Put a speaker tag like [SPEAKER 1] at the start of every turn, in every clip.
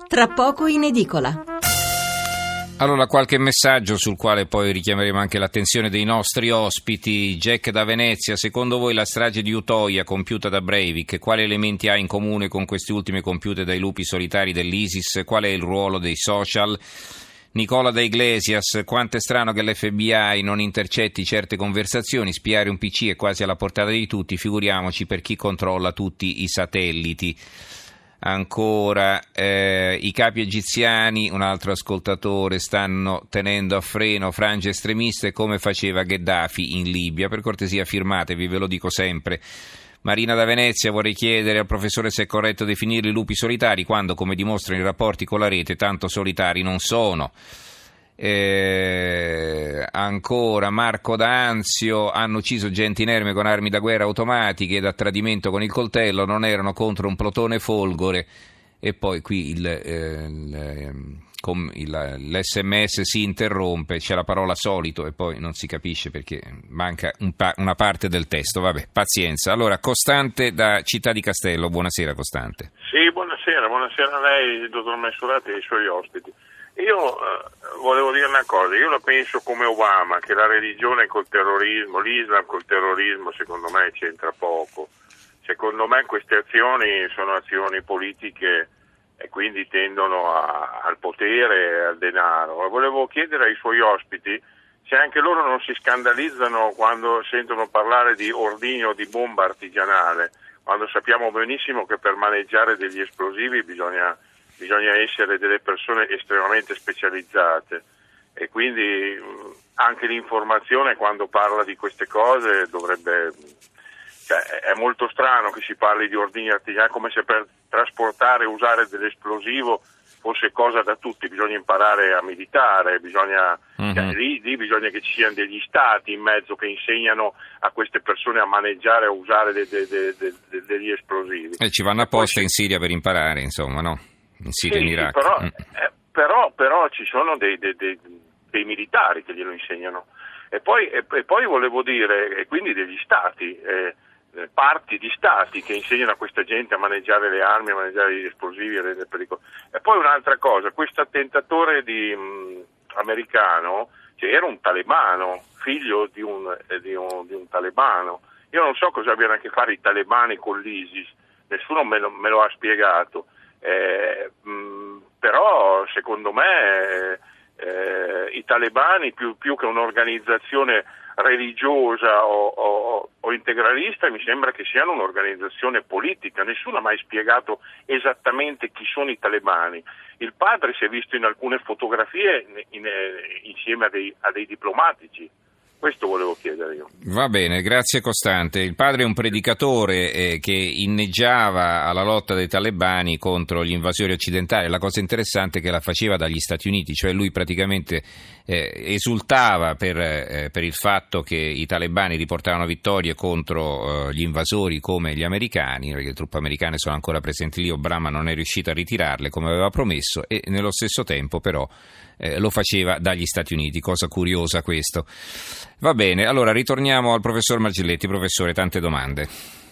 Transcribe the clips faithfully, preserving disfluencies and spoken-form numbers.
[SPEAKER 1] tra poco in edicola.
[SPEAKER 2] Allora, qualche messaggio sul quale poi richiameremo anche l'attenzione dei nostri ospiti. Jack da Venezia: secondo voi la strage di Utoya compiuta da Breivik quali elementi ha in comune con queste ultime compiute dai lupi solitari dell'ISIS? Qual è il ruolo dei social? Nicola da Iglesias: quanto è strano che l'F B I non intercetti certe conversazioni, spiare un P C è quasi alla portata di tutti, figuriamoci per chi controlla tutti i satelliti. Ancora, eh, i capi egiziani, un altro ascoltatore, stanno tenendo a freno frange estremiste come faceva Gheddafi in Libia. Per cortesia firmatevi, ve lo dico sempre. Marina da Venezia: vorrei chiedere al professore se è corretto definirli lupi solitari quando, come dimostrano i rapporti con la rete, tanto solitari non sono. Eh, ancora Marco da Anzio: hanno ucciso gente inerme con armi da guerra automatiche ed a tradimento con il coltello, non erano contro un plotone Folgore. E poi qui il, eh, il, com, il, l'esse emme esse si interrompe, c'è la parola solito e poi non si capisce perché manca un pa- una parte del testo. Vabbè, pazienza. Allora, Costante da Città di Castello: buonasera Costante.
[SPEAKER 3] Sì, buonasera, buonasera a lei, dottor Messurati, e ai suoi ospiti. Io eh, volevo dire una cosa, io la penso come Obama, che la religione col terrorismo, l'Islam col terrorismo secondo me c'entra poco. Secondo me queste azioni sono azioni politiche e quindi tendono a, al potere e al denaro. E volevo chiedere ai suoi ospiti se anche loro non si scandalizzano quando sentono parlare di ordigno di bomba artigianale, quando sappiamo benissimo che per maneggiare degli esplosivi bisogna... bisogna essere delle persone estremamente specializzate e quindi anche l'informazione quando parla di queste cose dovrebbe, cioè, è molto strano che si parli di ordigni artigianali come se per trasportare e usare dell'esplosivo fosse cosa da tutti, bisogna imparare a militare, bisogna, mm-hmm. cioè, lì, lì bisogna che ci siano degli stati in mezzo che insegnano a queste persone a maneggiare e a usare de, de, de, de, de, degli esplosivi.
[SPEAKER 2] E ci vanno apposta in Siria per imparare, insomma, no? In Siria e
[SPEAKER 3] sì,
[SPEAKER 2] in Iraq.
[SPEAKER 3] Sì, però,
[SPEAKER 2] mm.
[SPEAKER 3] eh, però, però ci sono dei, dei, dei, dei militari che glielo insegnano. E poi, e, e poi volevo dire, e quindi degli stati, eh, parti di stati che insegnano a questa gente a maneggiare le armi, a maneggiare gli esplosivi, a rendere pericolo. E poi un'altra cosa, questo attentatore di, mh, americano, cioè, era un talebano, figlio di un, eh, di, un, di un talebano. Io non so cosa abbiano a che fare i talebani con l'ISIS, nessuno me lo, me lo ha spiegato. Eh, mh, però secondo me eh, i talebani più, più che un'organizzazione religiosa o, o, o integralista mi sembra che siano un'organizzazione politica. Nessuno ha mai spiegato esattamente chi sono i talebani. Il padre si è visto in alcune fotografie in, in, insieme a dei, a dei diplomatici. Questo volevo chiedere io.
[SPEAKER 2] Va bene, grazie Costante. Il padre è un predicatore eh, che inneggiava alla lotta dei talebani contro gli invasori occidentali. La cosa interessante è che la faceva dagli Stati Uniti, cioè lui praticamente eh, esultava per, eh, per il fatto che i talebani riportavano vittorie contro eh, gli invasori come gli americani, perché le truppe americane sono ancora presenti lì, Obama non è riuscito a ritirarle come aveva promesso e nello stesso tempo però eh, lo faceva dagli Stati Uniti, cosa curiosa questo. Va bene, allora ritorniamo al professor Margilletti. Professore, tante domande.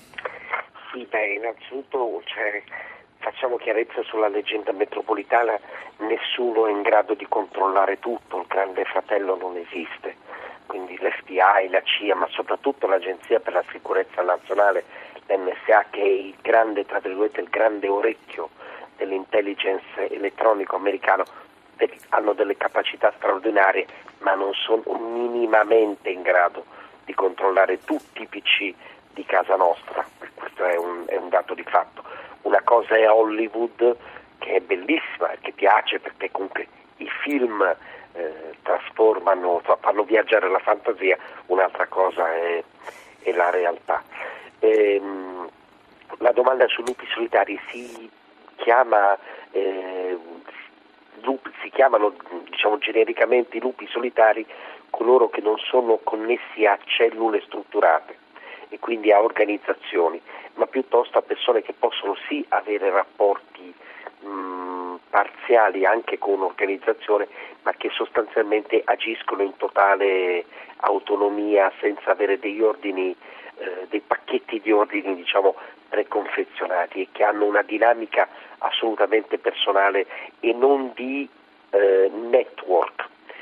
[SPEAKER 4] Sì, beh, innanzitutto cioè, facciamo chiarezza sulla leggenda metropolitana, nessuno è in grado di controllare tutto, il grande fratello non esiste, quindi l'F B I, la C I A, ma soprattutto l'Agenzia per la Sicurezza Nazionale, l'N S A, che è il grande, tra virgolette, il grande orecchio dell'intelligence elettronico americano, hanno delle capacità straordinarie, ma non sono minimamente in grado di controllare tutti i P C di casa nostra. Questo è un, è un dato di fatto. Una cosa è Hollywood, che è bellissima, che piace perché comunque i film eh, trasformano, fanno viaggiare la fantasia, un'altra cosa è, è la realtà. Ehm, la domanda su lupi solitari si chiama eh, lupi, si chiamano diciamo genericamente i lupi solitari coloro che non sono connessi a cellule strutturate e quindi a organizzazioni, ma piuttosto a persone che possono sì avere rapporti mh, parziali anche con un'organizzazione, ma che sostanzialmente agiscono in totale autonomia senza avere degli ordini, eh, dei pacchetti di ordini diciamo preconfezionati e che hanno una dinamica assolutamente personale e non di eh, network.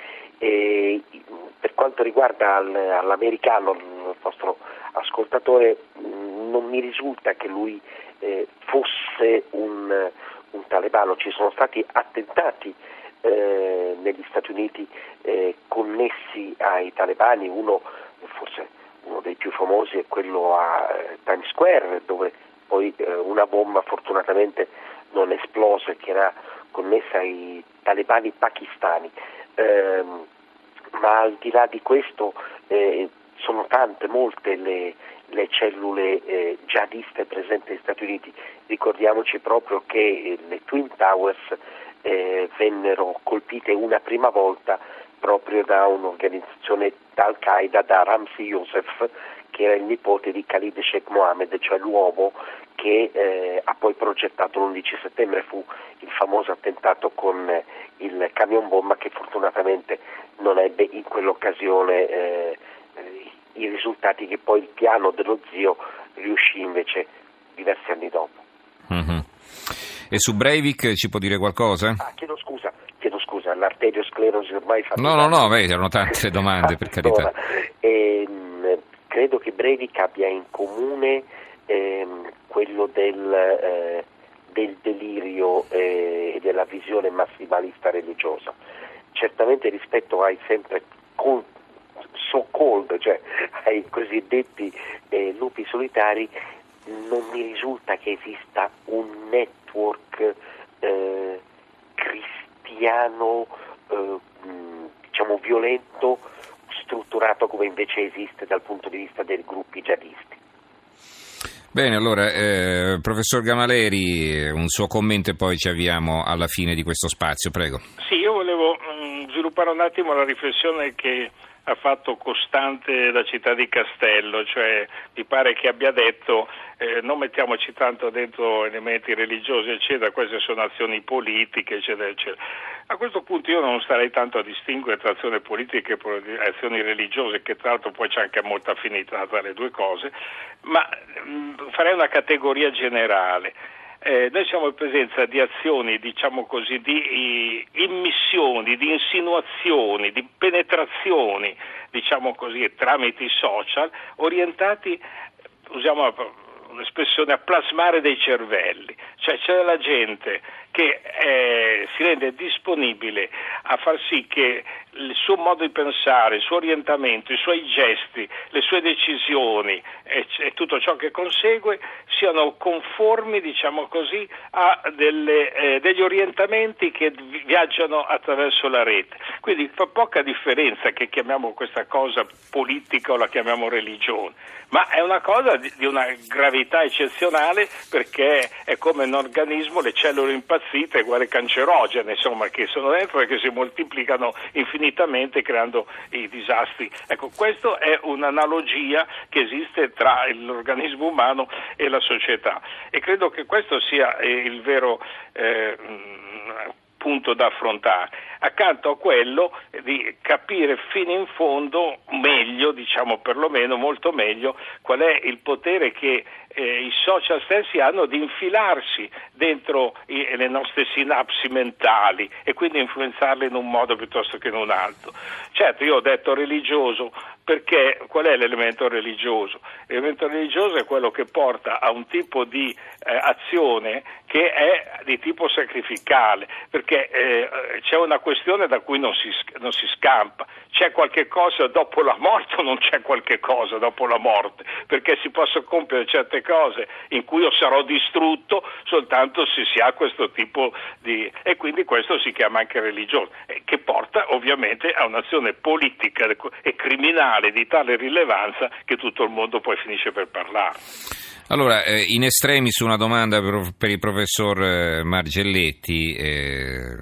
[SPEAKER 4] E per quanto riguarda al, all'americano, il vostro ascoltatore, non mi risulta che lui eh, fosse un, un talebano. Ci sono stati attentati eh, negli Stati Uniti eh, connessi ai talebani, uno forse uno dei più famosi è quello a eh, Times Square, dove poi eh, una bomba fortunatamente non esplose, che era connessa ai talebani pakistani. Eh, ma al di là di questo eh, sono tante, molte le, le cellule eh, jihadiste presenti negli Stati Uniti. Ricordiamoci proprio che eh, le Twin Towers eh, vennero colpite una prima volta proprio da un'organizzazione Al-Qaeda, da Ramzi Youssef, che era il nipote di Khalid Sheikh Mohammed, cioè l'uomo che eh, ha poi progettato l'undici settembre. Fu il famoso attentato con eh, il camion bomba, che fortunatamente non ebbe in quell'occasione eh, eh, i risultati che poi il piano dello zio riuscì invece diversi anni dopo.
[SPEAKER 2] Mm-hmm. E su Breivik ci può dire qualcosa?
[SPEAKER 4] Ah, chiedo scusa, chiedo scusa, l'arteriosclerosi ormai fa...
[SPEAKER 2] No, no, no, beh, erano tante domande, per carità.
[SPEAKER 4] Ehm, credo che Breivik abbia in comune ehm, quello del, eh, del delirio e eh, della visione massimalista religiosa. Certamente rispetto ai sempre con, so called, cioè ai cosiddetti eh, lupi solitari, non mi risulta che esista un network eh, cristiano eh, diciamo violento, strutturato come invece esiste dal punto di vista dei gruppi jihadisti.
[SPEAKER 2] Bene, allora, eh, professor Gamaleri, un suo commento e poi ci avviamo alla fine di questo spazio, prego.
[SPEAKER 1] Sì, io volevo mh, sviluppare un attimo la riflessione che ha fatto Costante da Città di Castello, cioè mi pare che abbia detto eh, non mettiamoci tanto dentro elementi religiosi eccetera, queste sono azioni politiche eccetera eccetera. A questo punto io non starei tanto a distinguere tra azioni politiche e azioni religiose, che tra l'altro poi c'è anche molta affinità tra le due cose, ma mh, farei una categoria generale. Eh, noi siamo in presenza di azioni, diciamo così, di immissioni, di insinuazioni, di penetrazioni, diciamo così, tramite i social, orientati, usiamo l'espressione, a plasmare dei cervelli. Cioè c'è la gente che eh, si rende disponibile a far sì che il suo modo di pensare, il suo orientamento, i suoi gesti, le sue decisioni e, e tutto ciò che consegue siano conformi, diciamo così, a delle, eh, degli orientamenti che viaggiano attraverso la rete. Quindi fa poca differenza che chiamiamo questa cosa politica o la chiamiamo religione, ma è una cosa di, di una gravità eccezionale, perché è come un organismo, le cellule impazzite, uguali cancerogene, insomma, che sono dentro e che si moltiplicano infinitamente creando i disastri. Ecco, questa è un'analogia che esiste tra l'organismo umano e la società, e credo che questo sia il vero eh, punto da affrontare, accanto a quello di capire fino in fondo meglio, diciamo perlomeno molto meglio, qual è il potere che eh, i social stessi hanno di infilarsi dentro i, le nostre sinapsi mentali e quindi influenzarle in un modo piuttosto che in un altro. Certo, io ho detto religioso perché qual è l'elemento religioso? L'elemento religioso è quello che porta a un tipo di eh, azione che è di tipo sacrificale, perché eh, c'è una questione da cui non si, non si scampa. C'è qualche cosa dopo la morte o non c'è qualche cosa dopo la morte? Perché si possono compiere certe cose in cui io sarò distrutto soltanto se si ha questo tipo di... e quindi questo si chiama anche religione, che porta ovviamente a un'azione politica e criminale di tale rilevanza che tutto il mondo poi finisce per parlare.
[SPEAKER 2] Allora, eh, in estremis una domanda per, per il professor eh, Margelletti, eh,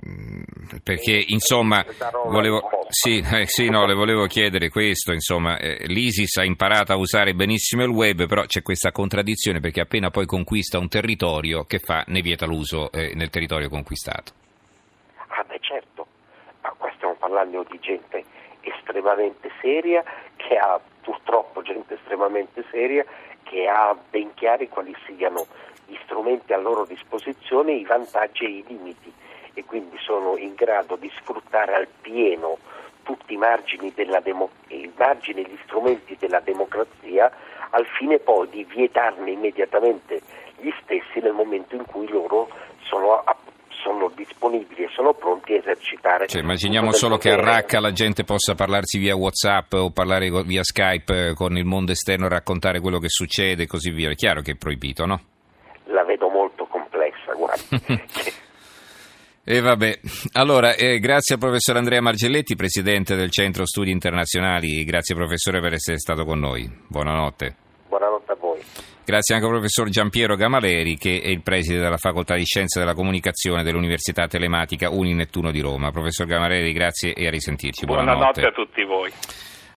[SPEAKER 2] perché insomma volevo, sì, eh, sì, no, le volevo chiedere questo, insomma, eh, l'ISIS ha imparato a usare benissimo il web, però c'è questa contraddizione, perché appena poi conquista un territorio, che fa? Ne vieta l'uso eh, nel territorio conquistato.
[SPEAKER 4] Ah beh certo, ma qua stiamo parlando di gente estremamente seria, che ha purtroppo gente estremamente seria che ha ben chiari quali siano gli strumenti a loro disposizione, i vantaggi e i limiti, e quindi sono in grado di sfruttare al pieno tutti i margini, della demo- i margini e gli strumenti della democrazia, al fine poi di vietarne immediatamente gli stessi nel momento in cui loro sono, a- sono disponibili e sono pronti a esercitare.
[SPEAKER 2] Cioè, immaginiamo solo che a Raqqa la gente possa parlarsi via WhatsApp o parlare via Skype con il mondo esterno e raccontare quello che succede e così via. È chiaro che è proibito, no?
[SPEAKER 4] La vedo molto complessa, guarda.
[SPEAKER 2] E vabbè, allora eh, grazie al professor Andrea Margelletti, presidente del Centro Studi Internazionali, grazie professore per essere stato con noi, buonanotte.
[SPEAKER 4] Buonanotte a voi.
[SPEAKER 2] Grazie anche al professor Giampiero Gamaleri, che è il preside della Facoltà di Scienze della Comunicazione dell'Università Telematica Uninettuno di Roma. Professor Gamaleri, grazie e a risentirci, buonanotte.
[SPEAKER 1] Buonanotte a tutti voi.